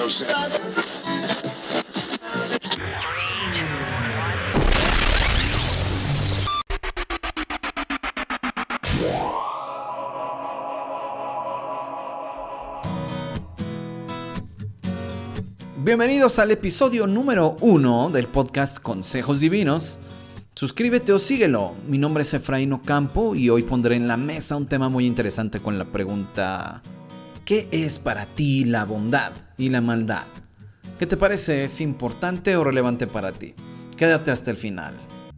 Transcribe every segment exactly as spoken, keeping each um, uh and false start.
Bienvenidos al episodio número uno del podcast Consejos Divinos. Suscríbete o síguelo. Mi nombre es Efraín Ocampo y hoy pondré en la mesa un tema muy interesante con la pregunta: ¿qué es para ti la bondad y la maldad? ¿Qué te parece? ¿Es importante o relevante para ti? Quédate hasta el final.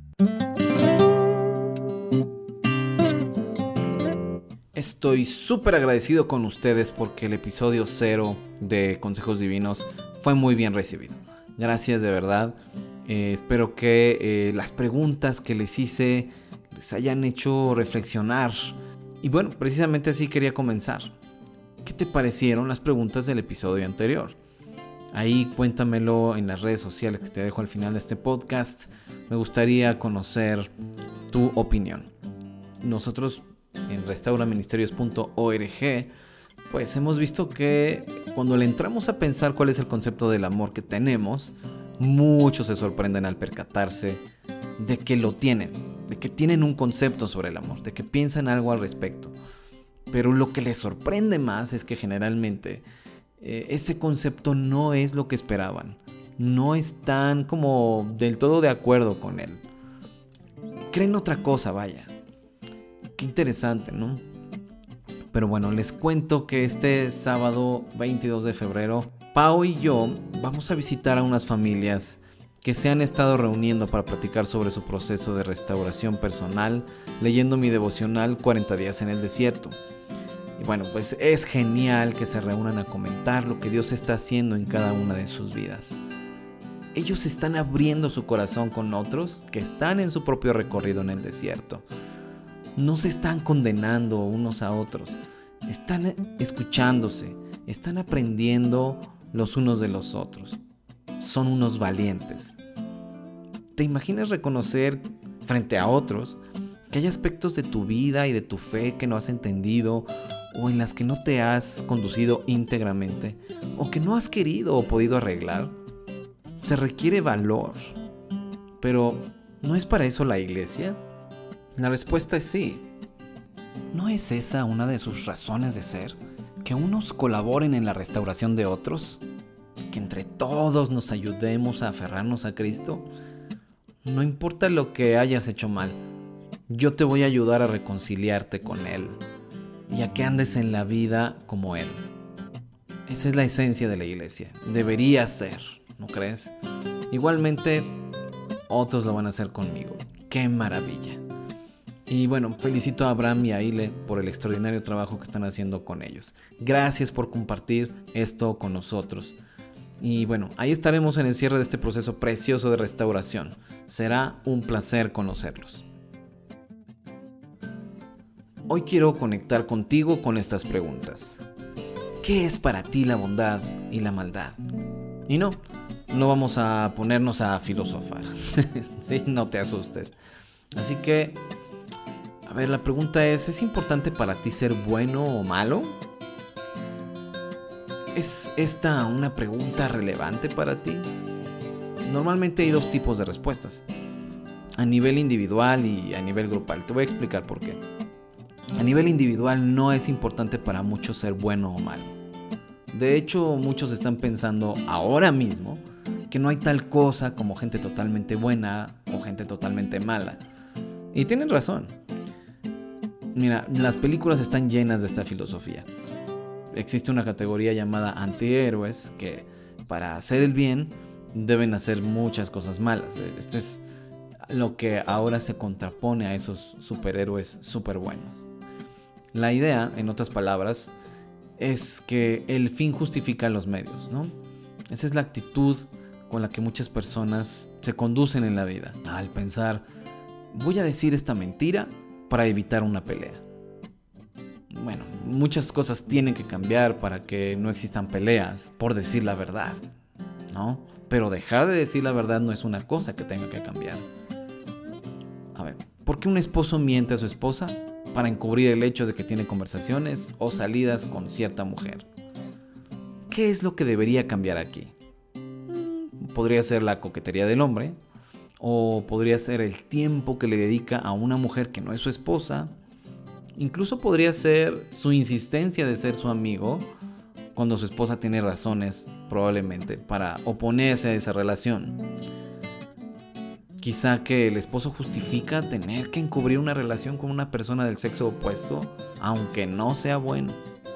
Estoy súper agradecido con ustedes porque el episodio cero de Consejos Divinos fue muy bien recibido. Gracias de verdad. Eh, espero que eh, las preguntas que les hice les hayan hecho reflexionar. Y bueno, precisamente así quería comenzar. ¿Qué te parecieron las preguntas del episodio anterior? Ahí cuéntamelo en las redes sociales que te dejo al final de este podcast. Me gustaría conocer tu opinión. Nosotros en restaura ministerios punto org pues hemos visto que cuando le entramos a pensar cuál es el concepto del amor que tenemos, muchos se sorprenden al percatarse de que lo tienen, de que tienen un concepto sobre el amor, de que piensan algo al respecto. Pero lo que les sorprende más es que generalmente eh, ese concepto no es lo que esperaban, no están como del todo de acuerdo con él. Creen otra cosa, vaya. Qué interesante, ¿no? Pero bueno, les cuento que este sábado veintidós de febrero, Pau y yo vamos a visitar a unas familias que se han estado reuniendo para platicar sobre su proceso de restauración personal, leyendo mi devocional cuarenta días en el desierto. Y bueno, pues es genial que se reúnan a comentar lo que Dios está haciendo en cada una de sus vidas. Ellos están abriendo su corazón con otros que están en su propio recorrido en el desierto. No se están condenando unos a otros, están escuchándose, están aprendiendo los unos de los otros. Son unos valientes. ¿Te imaginas reconocer frente a otros que hay aspectos de tu vida y de tu fe que no has entendido o en las que no te has conducido íntegramente o que no has querido o podido arreglar? Se requiere valor. Pero, ¿no es para eso la iglesia? La respuesta es sí. ¿No es esa una de sus razones de ser? ¿Que unos colaboren en la restauración de otros? ¿Que entre todos nos ayudemos a aferrarnos a Cristo? No importa lo que hayas hecho mal, yo te voy a ayudar a reconciliarte con Él y a que andes en la vida como Él. Esa es la esencia de la iglesia. Debería ser, ¿no crees? Igualmente, otros lo van a hacer conmigo. ¡Qué maravilla! Y bueno, felicito a Abraham y a Ile por el extraordinario trabajo que están haciendo con ellos. Gracias por compartir esto con nosotros. Y bueno, ahí estaremos en el cierre de este proceso precioso de restauración. Será un placer conocerlos. Hoy quiero conectar contigo con estas preguntas. ¿Qué es para ti la bondad y la maldad? Y no, no vamos a ponernos a filosofar. Sí, no te asustes. Así que... A ver, la pregunta es, ¿es importante para ti ser bueno o malo? ¿Es esta una pregunta relevante para ti? Normalmente hay dos tipos de respuestas, a nivel individual y a nivel grupal. Te voy a explicar por qué. A nivel individual no es importante para muchos ser bueno o malo. De hecho, muchos están pensando ahora mismo que no hay tal cosa como gente totalmente buena o gente totalmente mala. Y tienen razón. Mira, las películas están llenas de esta filosofía. Existe una categoría llamada antihéroes que para hacer el bien deben hacer muchas cosas malas. Esto es lo que ahora se contrapone a esos superhéroes súper buenos. La idea, en otras palabras, es que el fin justifica los medios, ¿no? Esa es la actitud con la que muchas personas se conducen en la vida, al pensar, voy a decir esta mentira para evitar una pelea. Bueno, muchas cosas tienen que cambiar para que no existan peleas por decir la verdad, ¿no? Pero dejar de decir la verdad no es una cosa que tenga que cambiar. A ver, ¿por qué un esposo miente a su esposa? Para encubrir el hecho de que tiene conversaciones o salidas con cierta mujer. ¿qué es lo que debería cambiar aquí? Podría ser la coquetería del hombre, o podría ser el tiempo que le dedica a una mujer que no es su esposa. Incluso podría ser su insistencia de ser su amigo cuando su esposa tiene razones, probablemente, para oponerse a esa relación. Quizá que el esposo justifica tener que encubrir una relación con una persona del sexo opuesto, aunque no sea bueno.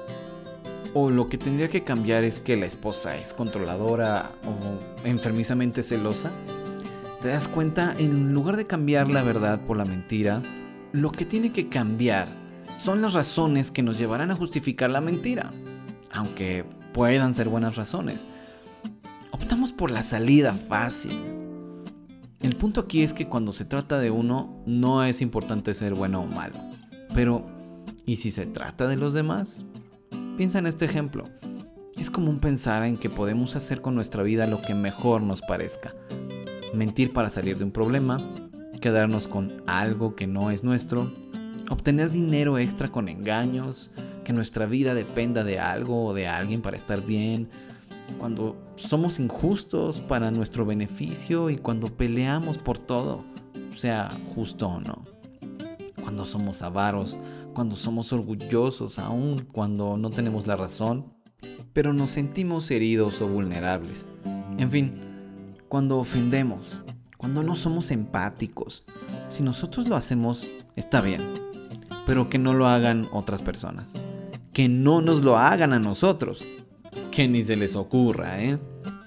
O lo que tendría que cambiar es que la esposa es controladora o enfermizamente celosa. ¿Te das cuenta? En lugar de cambiar la verdad por la mentira, lo que tiene que cambiar son las razones que nos llevarán a justificar la mentira, aunque puedan ser buenas razones. Optamos por la salida fácil. El punto aquí es que cuando se trata de uno, no es importante ser bueno o malo. Pero, ¿y si se trata de los demás? Piensa en este ejemplo. Es común pensar en que podemos hacer con nuestra vida lo que mejor nos parezca. Mentir para salir de un problema, quedarnos con algo que no es nuestro, obtener dinero extra con engaños, que nuestra vida dependa de algo o de alguien para estar bien, cuando somos injustos para nuestro beneficio y cuando peleamos por todo, sea justo o no. Cuando somos avaros, cuando somos orgullosos, aun cuando no tenemos la razón, pero nos sentimos heridos o vulnerables. En fin, cuando ofendemos, cuando no somos empáticos. Si nosotros lo hacemos, está bien, pero que no lo hagan otras personas. Que no nos lo hagan a nosotros. Que ni se les ocurra, ¿eh?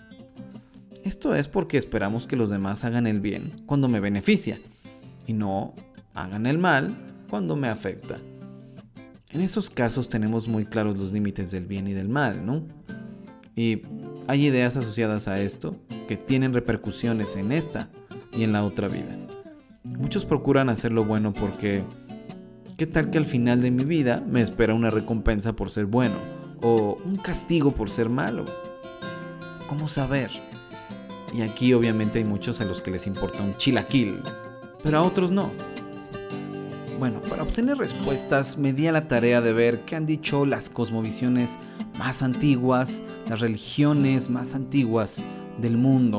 Esto es porque esperamos que los demás hagan el bien cuando me beneficia y no hagan el mal cuando me afecta. En esos casos tenemos muy claros los límites del bien y del mal, ¿no? Y hay ideas asociadas a esto que tienen repercusiones en esta y en la otra vida. Muchos procuran hacer lo bueno porque ¿qué tal que al final de mi vida me espera una recompensa por ser bueno o un castigo por ser malo? ¿Cómo saber? Y aquí obviamente hay muchos a los que les importa un chilaquil, pero a otros no. Bueno, para obtener respuestas me di a la tarea de ver qué han dicho las cosmovisiones más antiguas, las religiones más antiguas del mundo.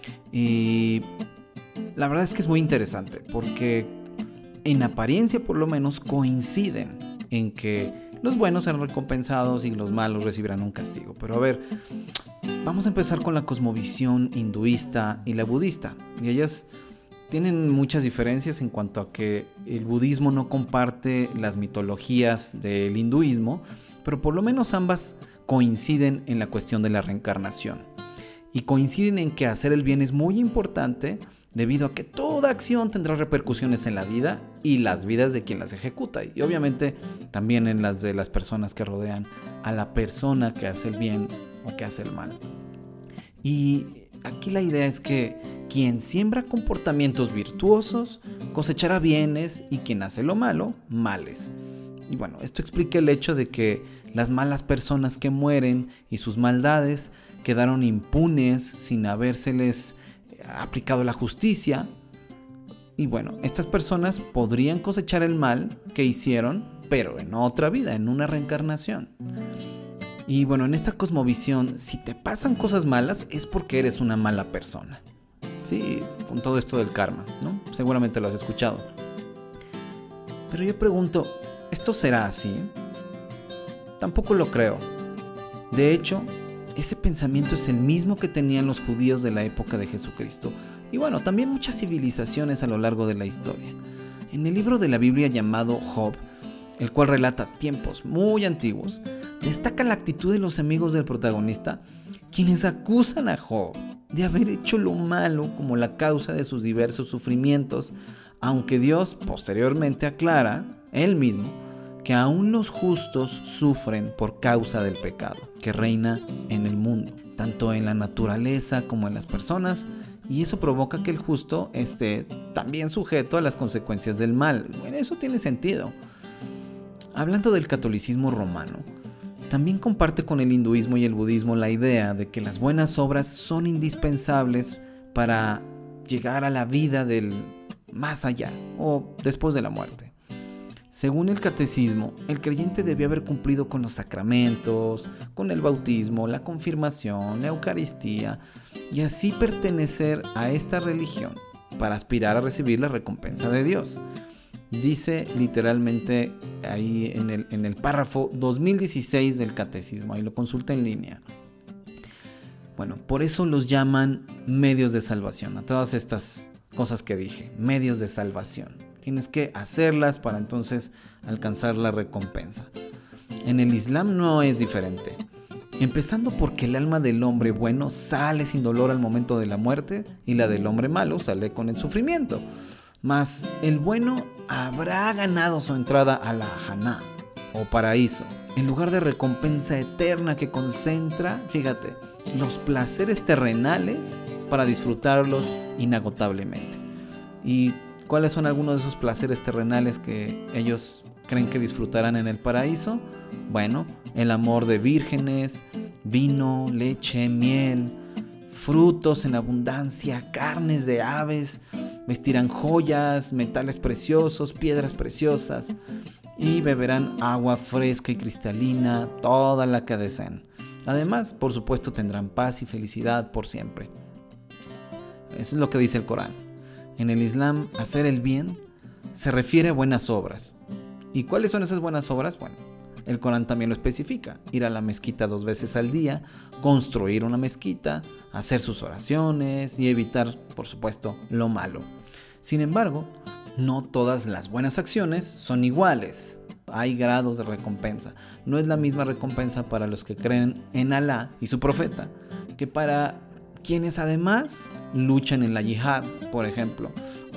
Y la verdad es que es muy interesante porque en apariencia por lo menos coinciden en que los buenos serán recompensados y los malos recibirán un castigo. Pero a ver, vamos a empezar con la cosmovisión hinduista y la budista. Y ellas tienen muchas diferencias en cuanto a que el budismo no comparte las mitologías del hinduismo, pero por lo menos ambas coinciden en la cuestión de la reencarnación. Y coinciden en que hacer el bien es muy importante debido a que toda acción tendrá repercusiones en la vida y las vidas de quien las ejecuta. Y obviamente también en las de las personas que rodean a la persona que hace el bien o que hace el mal. Y aquí la idea es que quien siembra comportamientos virtuosos cosechará bienes y quien hace lo malo, males. Y bueno, esto explica el hecho de que las malas personas que mueren y sus maldades quedaron impunes sin habérseles aplicado la justicia. Y bueno, estas personas podrían cosechar el mal que hicieron, pero en otra vida, en una reencarnación. Y bueno, en esta cosmovisión, si te pasan cosas malas es porque eres una mala persona. Sí, con todo esto del karma, ¿no? Seguramente lo has escuchado. Pero yo pregunto, ¿esto será así? Tampoco lo creo. De hecho, ese pensamiento es el mismo que tenían los judíos de la época de Jesucristo. Y bueno, también muchas civilizaciones a lo largo de la historia. En el libro de la Biblia llamado Job, el cual relata tiempos muy antiguos, destaca la actitud de los amigos del protagonista, quienes acusan a Job de haber hecho lo malo como la causa de sus diversos sufrimientos, aunque Dios posteriormente aclara, él mismo, que aún los justos sufren por causa del pecado que reina en el mundo, tanto en la naturaleza como en las personas, y eso provoca que el justo esté también sujeto a las consecuencias del mal. Bueno, eso tiene sentido. Hablando del catolicismo romano, también comparte con el hinduismo y el budismo la idea de que las buenas obras son indispensables para llegar a la vida del más allá o después de la muerte. Según el catecismo, el creyente debía haber cumplido con los sacramentos, con el bautismo, la confirmación, la Eucaristía, y así pertenecer a esta religión para aspirar a recibir la recompensa de Dios. Dice literalmente ahí en el, en el párrafo dos mil dieciséis del catecismo, ahí lo consulta en línea. Bueno, por eso los llaman medios de salvación, a todas estas cosas que dije, medios de salvación. Tienes que hacerlas para entonces alcanzar la recompensa. En el Islam no es diferente. Empezando porque el alma del hombre bueno sale sin dolor al momento de la muerte y la del hombre malo sale con el sufrimiento. Mas el bueno habrá ganado su entrada a la Jannah o paraíso, en lugar de recompensa eterna que concentra, fíjate, los placeres terrenales para disfrutarlos inagotablemente. Y ¿cuáles son algunos de esos placeres terrenales que ellos creen que disfrutarán en el paraíso? Bueno, el amor de vírgenes, vino, leche, miel, frutos en abundancia, carnes de aves, vestirán joyas, metales preciosos, piedras preciosas y beberán agua fresca y cristalina, toda la que deseen. Además, por supuesto, tendrán paz y felicidad por siempre. Eso es lo que dice el Corán. En el Islam, hacer el bien se refiere a buenas obras. ¿Y cuáles son esas buenas obras? Bueno, el Corán también lo especifica. Ir a la mezquita dos veces al día, construir una mezquita, hacer sus oraciones y evitar, por supuesto, lo malo. Sin embargo, no todas las buenas acciones son iguales. Hay grados de recompensa. No es la misma recompensa para los que creen en Alá y su profeta que para quienes además luchan en la yihad, por ejemplo,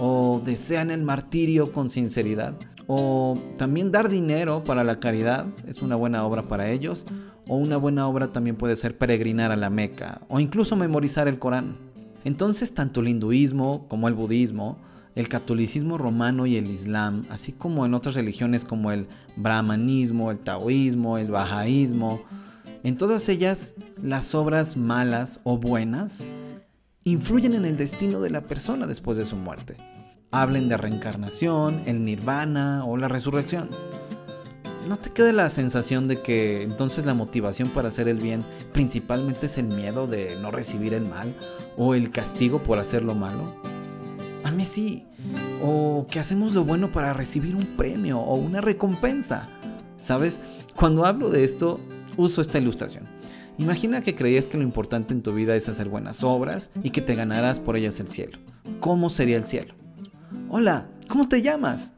o desean el martirio con sinceridad, o también dar dinero para la caridad, es una buena obra para ellos, o una buena obra también puede ser peregrinar a la Meca, o incluso memorizar el Corán. Entonces, tanto el hinduismo como el budismo, el catolicismo romano y el islam, así como en otras religiones como el brahmanismo, el taoísmo, el bahaísmo, en todas ellas, las obras malas o buenas influyen en el destino de la persona después de su muerte. Hablen de reencarnación, el nirvana o la resurrección. ¿No te queda la sensación de que entonces la motivación para hacer el bien principalmente es el miedo de no recibir el mal o el castigo por hacer lo malo? A mí sí. O que hacemos lo bueno para recibir un premio o una recompensa. ¿Sabes? Cuando hablo de esto, uso esta ilustración. Imagina que creías que lo importante en tu vida es hacer buenas obras y que te ganarás por ellas el cielo. ¿Cómo sería el cielo? Hola, ¿cómo te llamas?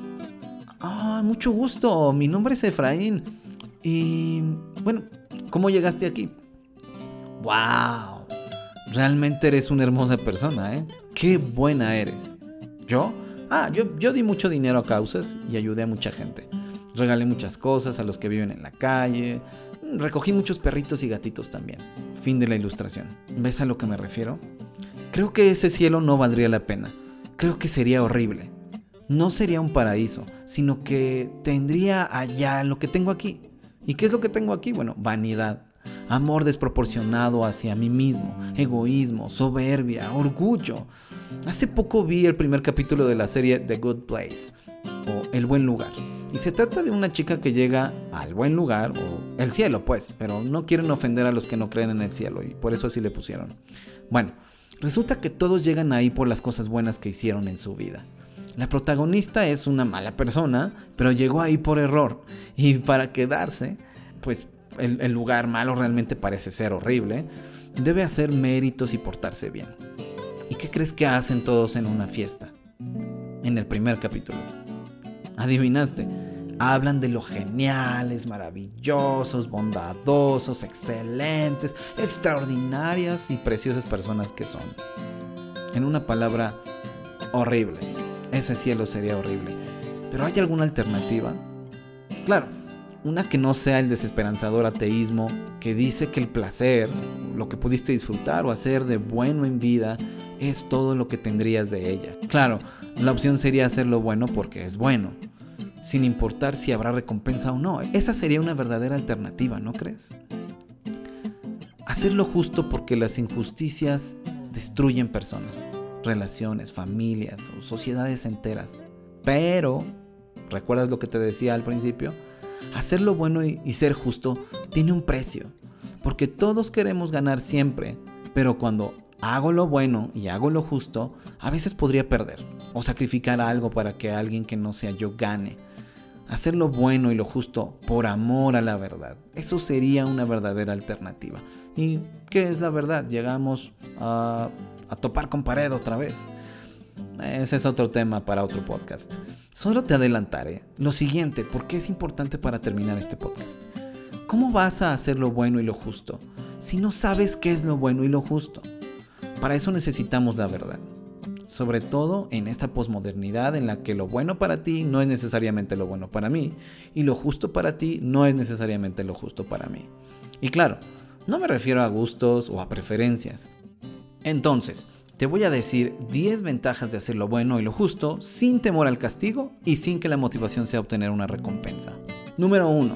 Ah, mucho gusto, mi nombre es Efraín. Y bueno, ¿cómo llegaste aquí? ¡Wow! Realmente eres una hermosa persona, ¿eh? ¡Qué buena eres! ¿Yo? Ah, yo, yo di mucho dinero a causas y ayudé a mucha gente. Regalé muchas cosas a los que viven en la calle. Recogí muchos perritos y gatitos también. Fin de la ilustración. ¿Ves a lo que me refiero? Creo que ese cielo no valdría la pena. Creo que sería horrible. No sería un paraíso, sino que tendría allá lo que tengo aquí. ¿Y qué es lo que tengo aquí? Bueno, vanidad, amor desproporcionado hacia mí mismo, egoísmo, soberbia, orgullo. Hace poco vi el primer capítulo de la serie The Good Place, o El Buen Lugar. Y se trata de una chica que llega al buen lugar, o el cielo pues, pero no quieren ofender a los que no creen en el cielo y por eso así le pusieron. Bueno, resulta que todos llegan ahí por las cosas buenas que hicieron en su vida. La protagonista es una mala persona, pero llegó ahí por error. Y para quedarse, pues el, el lugar malo realmente parece ser horrible, debe hacer méritos y portarse bien. ¿Y qué crees que hacen todos en una fiesta? En el primer capítulo. ¿Adivinaste? Hablan de lo geniales, maravillosos, bondadosos, excelentes, extraordinarias y preciosas personas que son. En una palabra, horrible. Ese cielo sería horrible. ¿Pero hay alguna alternativa? Claro, una que no sea el desesperanzador ateísmo que dice que el placer, lo que pudiste disfrutar o hacer de bueno en vida, es todo lo que tendrías de ella. Claro, la opción sería hacer lo bueno porque es bueno, sin importar si habrá recompensa o no. Esa sería una verdadera alternativa, ¿no crees? Hacer lo justo porque las injusticias destruyen personas, relaciones, familias o sociedades enteras. Pero ¿Recuerdas lo que te decía al principio? Hacer lo bueno y, y ser justo tiene un precio, porque todos queremos ganar siempre, pero cuando hago lo bueno y hago lo justo, a veces podría perder o sacrificar algo para que alguien que no sea yo gane. Hacer lo bueno y lo justo por amor a la verdad, eso sería una verdadera alternativa. ¿Y qué es la verdad? Llegamos a, a topar con pared otra vez. Ese es otro tema para otro podcast. Solo te adelantaré lo siguiente, porque es importante para terminar este podcast. ¿Cómo vas a hacer lo bueno y lo justo si no sabes qué es lo bueno y lo justo? Para eso necesitamos la verdad. Sobre todo en esta posmodernidad en la que lo bueno para ti no es necesariamente lo bueno para mí y lo justo para ti no es necesariamente lo justo para mí. Y claro, no me refiero a gustos o a preferencias. Entonces, te voy a decir diez ventajas de hacer lo bueno y lo justo sin temor al castigo y sin que la motivación sea obtener una recompensa. Número uno.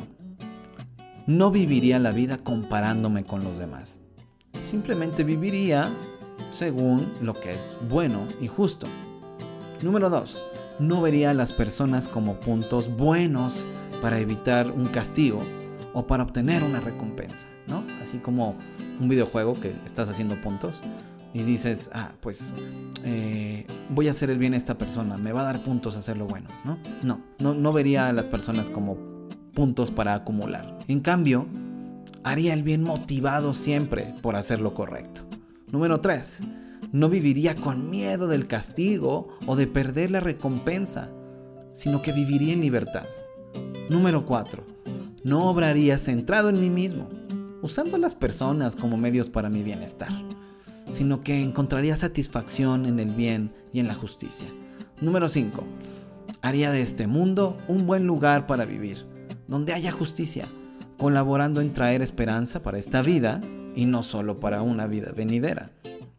No viviría la vida comparándome con los demás. Simplemente viviría según lo que es bueno y justo. Número dos. No vería a las personas como puntos buenos para evitar un castigo o para obtener una recompensa, ¿no? Así como un videojuego que estás haciendo puntos y dices, ah, pues eh, voy a hacer el bien a esta persona, me va a dar puntos a hacer lo bueno, ¿no? No, no, no vería a las personas como puntos para acumular. En cambio, haría el bien motivado siempre por hacer lo correcto. Número tres. No viviría con miedo del castigo o de perder la recompensa, sino que viviría en libertad. Número cuatro. No obraría centrado en mí mismo, usando a las personas como medios para mi bienestar, sino que encontraría satisfacción en el bien y en la justicia. Número cinco. Haría de este mundo un buen lugar para vivir, donde haya justicia, colaborando en traer esperanza para esta vida y no solo para una vida venidera.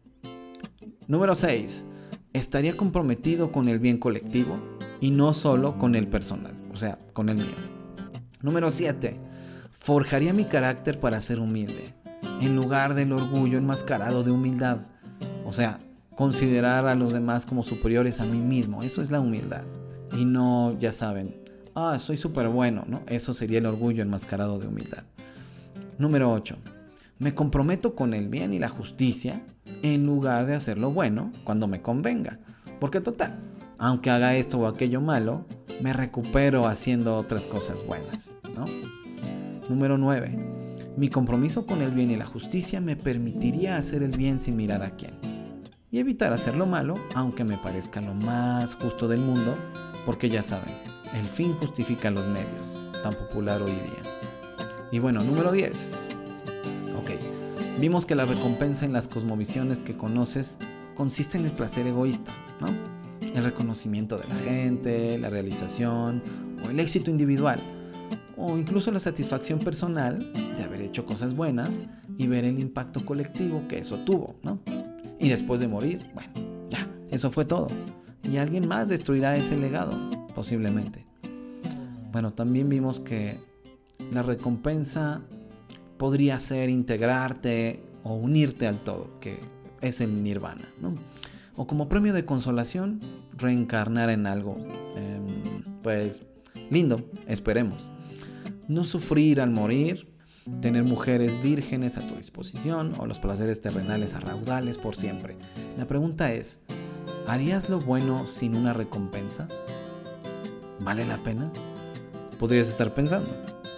Número seis. Estaría comprometido con el bien colectivo y no solo con el personal, o sea, con el mío. Número siete. Forjaría mi carácter para ser humilde, en lugar del orgullo enmascarado de humildad. O sea, considerar a los demás como superiores a mí mismo, eso es la humildad. Y no, ya saben, ah, soy súper bueno, ¿no? Eso sería el orgullo enmascarado de humildad. Número ocho. Me comprometo con el bien y la justicia en lugar de hacer lo bueno cuando me convenga. Porque total, aunque haga esto o aquello malo, me recupero haciendo otras cosas buenas, ¿no? Número nueve. Mi compromiso con el bien y la justicia me permitiría hacer el bien sin mirar a quién. Y evitar hacer lo malo, aunque me parezca lo más justo del mundo, porque ya saben, el fin justifica los medios, tan popular hoy día. Y bueno, número diez. Ok, vimos que la recompensa en las cosmovisiones que conoces consiste en el placer egoísta, ¿no? El reconocimiento de la gente, la realización o el éxito individual, o incluso la satisfacción personal de haber hecho cosas buenas y ver el impacto colectivo que eso tuvo, ¿no? Y después de morir, bueno, ya, eso fue todo. Y alguien más destruirá ese legado, posiblemente. Bueno, también vimos que la recompensa podría ser integrarte o unirte al todo, que es el nirvana, ¿no? O como premio de consolación, reencarnar en algo, eh, pues, lindo, esperemos. No sufrir al morir, tener mujeres vírgenes a tu disposición o los placeres terrenales a raudales por siempre. La pregunta es, ¿harías lo bueno sin una recompensa? ¿Vale la pena? Podrías estar pensando.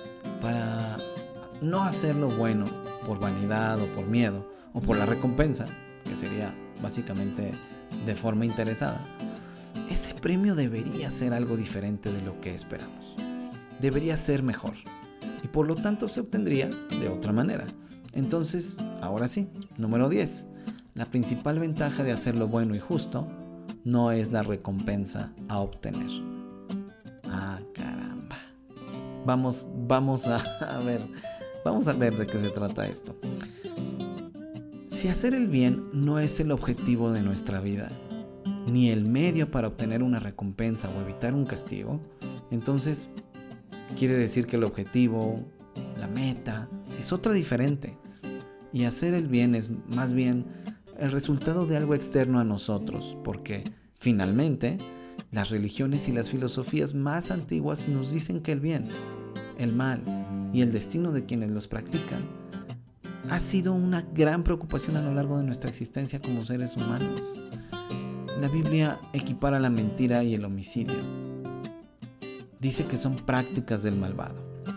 Para no hacer lo bueno por vanidad o por miedo o por la recompensa, que sería básicamente de forma interesada, ese premio debería ser algo diferente de lo que esperamos. Debería ser mejor y por lo tanto se obtendría de otra manera. Entonces, ahora sí, número diez. La principal ventaja de hacer lo bueno y justo no es la recompensa a obtener. Ah, caramba. Vamos, vamos a, a ver, vamos a ver de qué se trata esto. Si hacer el bien no es el objetivo de nuestra vida, ni el medio para obtener una recompensa o evitar un castigo, entonces quiere decir que el objetivo, la meta, es otra diferente. Y hacer el bien es más bien el resultado de algo externo a nosotros, porque finalmente Las religiones y las filosofías más antiguas nos dicen que el bien, el mal y el destino de quienes los practican ha sido una gran preocupación a lo largo de nuestra existencia como seres humanos. La Biblia equipara la mentira y el homicidio. Dice que son prácticas del malvado.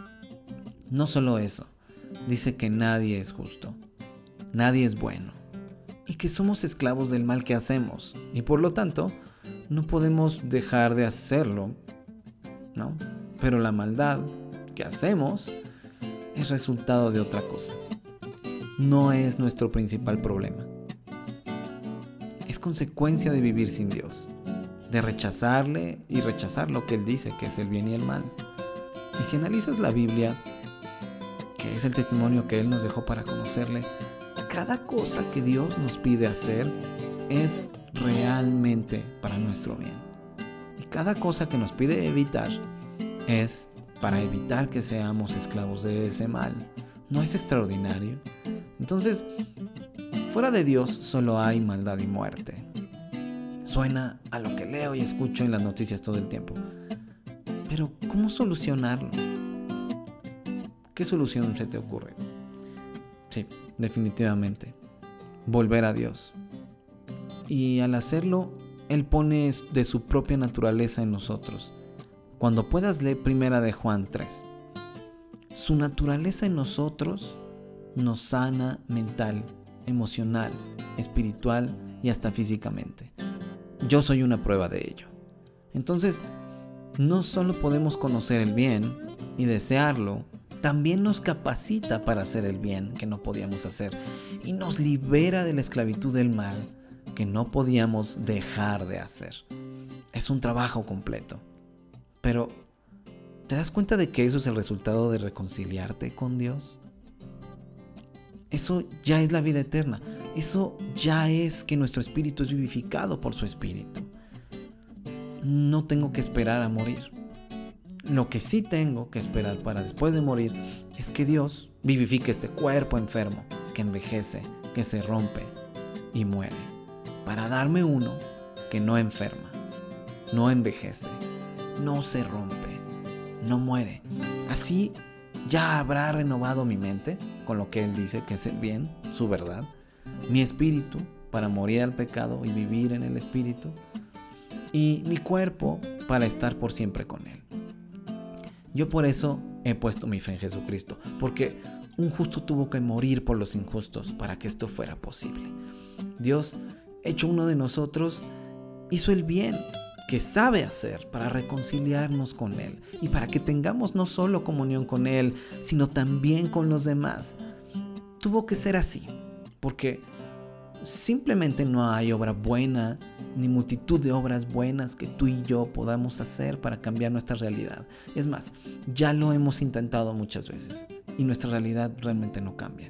No solo eso, dice que nadie es justo, nadie es bueno y que somos esclavos del mal que hacemos y por lo tanto no podemos dejar de hacerlo, ¿no? Pero la maldad que hacemos es resultado de otra cosa. No es nuestro principal problema. Es consecuencia de vivir sin Dios, de rechazarle y rechazar lo que Él dice que es el bien y el mal. Y si analizas la Biblia, que es el testimonio que Él nos dejó para conocerle, cada cosa que Dios nos pide hacer es realmente para nuestro bien. Y cada cosa que nos pide evitar es para evitar que seamos esclavos de ese mal. ¿No es extraordinario? Entonces, fuera de Dios solo hay maldad y muerte. Suena a lo que leo y escucho en las noticias todo el tiempo. Pero, ¿cómo solucionarlo? ¿Qué solución se te ocurre? Sí, definitivamente. Volver a Dios. Y al hacerlo, Él pone de su propia naturaleza en nosotros. Cuando puedas leer primera de Juan tres. Su naturaleza en nosotros nos sana mental, emocional, espiritual y hasta físicamente. Yo soy una prueba de ello. Entonces, no solo podemos conocer el bien y desearlo, también nos capacita para hacer el bien que no podíamos hacer y nos libera de la esclavitud del mal que no podíamos dejar de hacer. Es un trabajo completo. Pero, ¿te das cuenta de que eso es el resultado de reconciliarte con Dios? Eso ya es la vida eterna. Eso ya es que nuestro espíritu es vivificado por su espíritu. No tengo que esperar a morir. Lo que sí tengo que esperar para después de morir es que Dios vivifique este cuerpo enfermo, que envejece, que se rompe y muere, para darme uno que no enferma, no envejece, no se rompe, no muere. Así ya habrá renovado mi mente con lo que Él dice que es el bien, su verdad, mi espíritu para morir al pecado y vivir en el espíritu, y mi cuerpo para estar por siempre con Él. Yo por eso he puesto mi fe en Jesucristo, porque un justo tuvo que morir por los injustos para que esto fuera posible. Dios, hecho uno de nosotros, hizo el bien que sabe hacer para reconciliarnos con Él y para que tengamos no solo comunión con Él, sino también con los demás. Tuvo que ser así, porque simplemente no hay obra buena ni multitud de obras buenas que tú y yo podamos hacer para cambiar nuestra realidad. Es más, ya lo hemos intentado muchas veces y nuestra realidad realmente no cambia.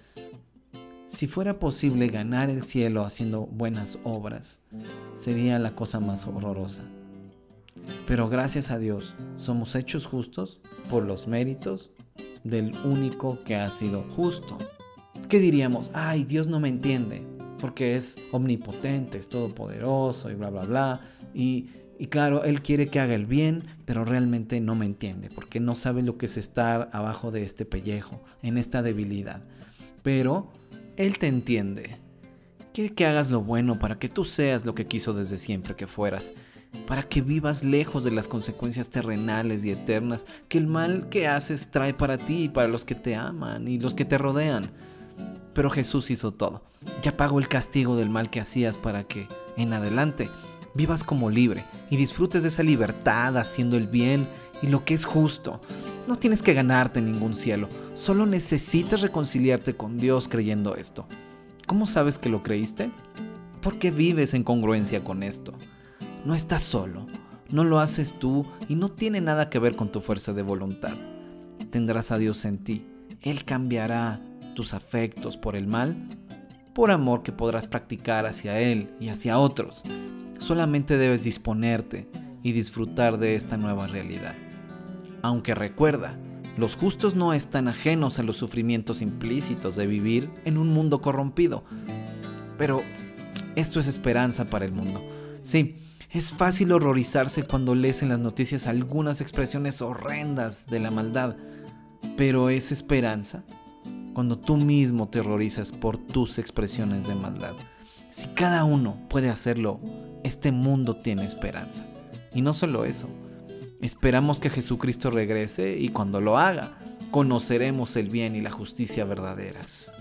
Si fuera posible ganar el cielo haciendo buenas obras, sería la cosa más horrorosa. Pero gracias a Dios, somos hechos justos por los méritos del único que ha sido justo. ¿Qué diríamos? Ay, Dios no me entiende, porque es omnipotente, es todopoderoso y bla, bla, bla. Y, y claro, Él quiere que haga el bien, pero realmente no me entiende, porque no sabe lo que es estar abajo de este pellejo, en esta debilidad. Pero Él te entiende. Quiere que hagas lo bueno para que tú seas lo que quiso desde siempre que fueras, para que vivas lejos de las consecuencias terrenales y eternas que el mal que haces trae para ti y para los que te aman y los que te rodean. Pero Jesús hizo todo. Ya pagó el castigo del mal que hacías para que, en adelante, vivas como libre y disfrutes de esa libertad haciendo el bien y lo que es justo. No tienes que ganarte ningún cielo, solo necesitas reconciliarte con Dios creyendo esto. ¿Cómo sabes que lo creíste? Porque vives en congruencia con esto. No estás solo, no lo haces tú y no tiene nada que ver con tu fuerza de voluntad. Tendrás a Dios en ti. Él cambiará tus afectos por el mal, por amor que podrás practicar hacia Él y hacia otros. Solamente debes disponerte y disfrutar de esta nueva realidad. Aunque recuerda, los justos no están ajenos a los sufrimientos implícitos de vivir en un mundo corrompido. Pero esto es esperanza para el mundo. Sí, Es fácil horrorizarse cuando lees en las noticias algunas expresiones horrendas de la maldad, pero es esperanza cuando tú mismo te horrorizas por tus expresiones de maldad. Si cada uno puede hacerlo, este mundo tiene esperanza. Y no solo eso, esperamos que Jesucristo regrese y cuando lo haga, conoceremos el bien y la justicia verdaderas.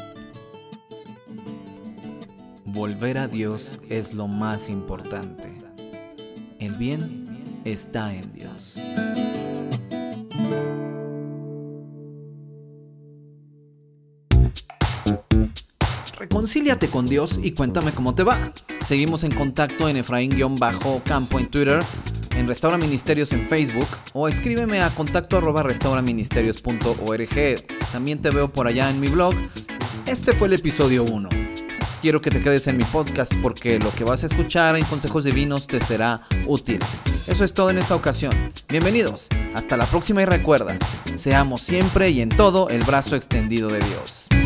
Volver a Dios es lo más importante. El bien está en Dios. Reconcíliate con Dios y cuéntame cómo te va. Seguimos en contacto en Efraín-Campo en Twitter, en Restaura Ministerios en Facebook o escríbeme a contacto arroba restauraministerios punto org. También te veo por allá en mi blog. Este fue el episodio uno. Quiero que te quedes en mi podcast porque lo que vas a escuchar en Consejos Divinos te será útil. Eso es todo en esta ocasión. Bienvenidos. Hasta la próxima y recuerda, seamos siempre y en todo el brazo extendido de Dios.